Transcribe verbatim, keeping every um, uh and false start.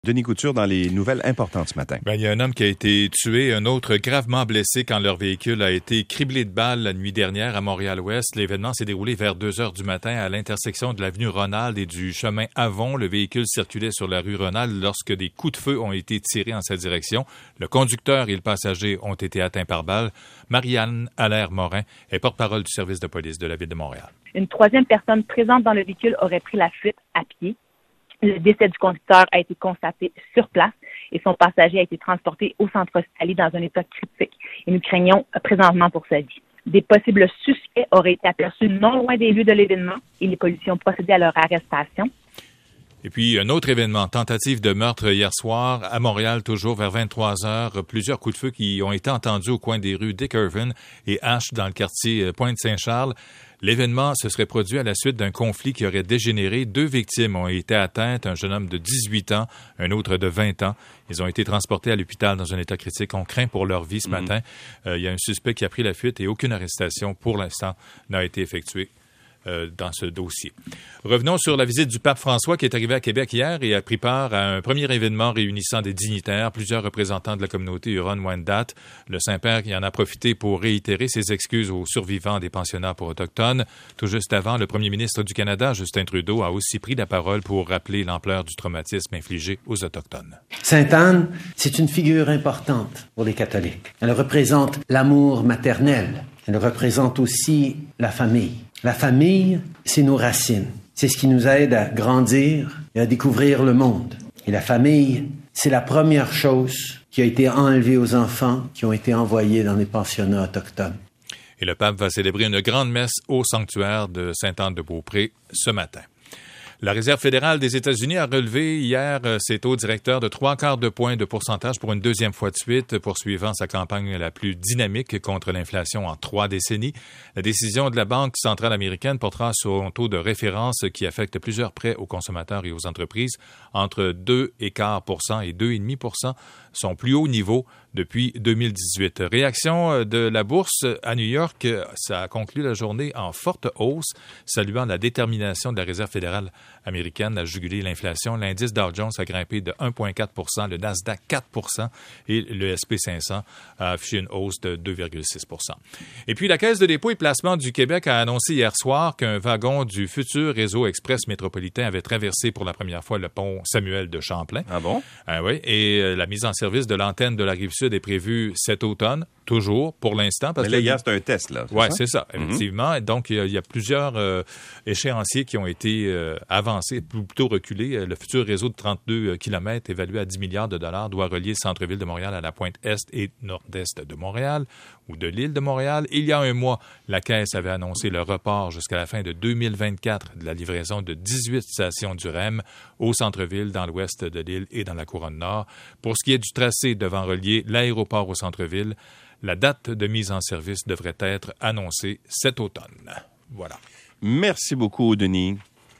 Denis Couture dans les nouvelles importantes ce matin. Ben, il y a un homme qui a été tué, un autre gravement blessé quand leur véhicule a été criblé de balles la nuit dernière à Montréal-Ouest. L'événement s'est déroulé vers deux heures du matin à l'intersection de l'avenue Ronald et du chemin Avon. Le véhicule circulait sur la rue Ronald lorsque des coups de feu ont été tirés en sa direction. Le conducteur et le passager ont été atteints par balles. Marianne Allaire-Morin est porte-parole du service de police de la Ville de Montréal. Une troisième personne présente dans le véhicule aurait pris la fuite à pied. Le décès du conducteur a été constaté sur place et son passager a été transporté au centre hospitalier dans un état critique. Et nous craignons présentement pour sa vie. Des possibles suspects auraient été aperçus non loin des lieux de l'événement et les policiers ont procédé à leur arrestation. Et puis, un autre événement, tentative de meurtre hier soir à Montréal, toujours vers vingt-trois heures. Plusieurs coups de feu qui ont été entendus au coin des rues Dick Irvin et H dans le quartier Pointe-Saint-Charles. L'événement se serait produit à la suite d'un conflit qui aurait dégénéré. Deux victimes ont été atteintes, un jeune homme de dix-huit ans, un autre de vingt ans. Ils ont été transportés à l'hôpital dans un état critique. On craint pour leur vie ce mmh. matin. Euh, il y a un suspect qui a pris la fuite et aucune arrestation pour l'instant n'a été effectuée euh, dans ce dossier. Revenons sur la visite du pape François qui est arrivé à Québec hier et a pris part à un premier événement réunissant des dignitaires, plusieurs représentants de la communauté Huron-Wendat. Le Saint-Père qui en a profité pour réitérer ses excuses aux survivants des pensionnats pour autochtones. Tout juste avant, le premier ministre du Canada, Justin Trudeau, a aussi pris la parole pour rappeler l'ampleur du traumatisme infligé aux Autochtones. Sainte-Anne, c'est une figure importante pour les catholiques. Elle représente l'amour maternel. Elle représente aussi la famille. La famille, c'est nos racines. C'est ce qui nous aide à grandir et à découvrir le monde. Et la famille, c'est la première chose qui a été enlevée aux enfants qui ont été envoyés dans les pensionnats autochtones. Et le pape va célébrer une grande messe au sanctuaire de Sainte-Anne-de-Beaupré ce matin. La Réserve fédérale des États-Unis a relevé hier ses taux directeurs de trois quarts de point de pourcentage pour une deuxième fois de suite, poursuivant sa campagne la plus dynamique contre l'inflation en trois décennies. La décision de la Banque centrale américaine portera son taux de référence qui affecte plusieurs prêts aux consommateurs et aux entreprises entre deux virgule cinq pour cent et deux virgule cinq pour cent, son plus haut niveau depuis deux mille dix-huit. Réaction de la bourse à New York, ça a conclu la journée en forte hausse, saluant la détermination de la Réserve fédérale américaine à juguler l'inflation. L'indice Dow Jones a grimpé de un virgule quatre pour cent, le Nasdaq quatre pour cent et le S and P cinq cents a affiché une hausse de deux virgule six pour cent. Et puis la Caisse de dépôt et placement du Québec a annoncé hier soir qu'un wagon du futur réseau express métropolitain avait traversé pour la première fois le pont Samuel de Champlain. Ah bon? Ah oui, et euh, la mise en service de l'antenne de la Rive-Sud est prévue cet automane. Toujours, pour l'instant. Parce Mais là, que, hier, c'est un test, là. Oui, c'est ça, effectivement. Mm-hmm. Donc, il y a, il y a plusieurs euh, échéanciers qui ont été euh, avancés, plutôt reculés. Le futur réseau de trente-deux kilomètres, évalué à dix milliards de dollars, doit relier le centre-ville de Montréal à la pointe est et nord-est de Montréal ou de l'île de Montréal. Il y a un mois, la Caisse avait annoncé le report jusqu'à la fin de deux mille vingt-quatre de la livraison de dix-huit stations du R E M au centre-ville, dans l'ouest de l'île et dans la couronne nord. Pour ce qui est du tracé devant relier l'aéroport au centre-ville, la date de mise en service devrait être annoncée cet automne. Voilà. Merci beaucoup, Denis.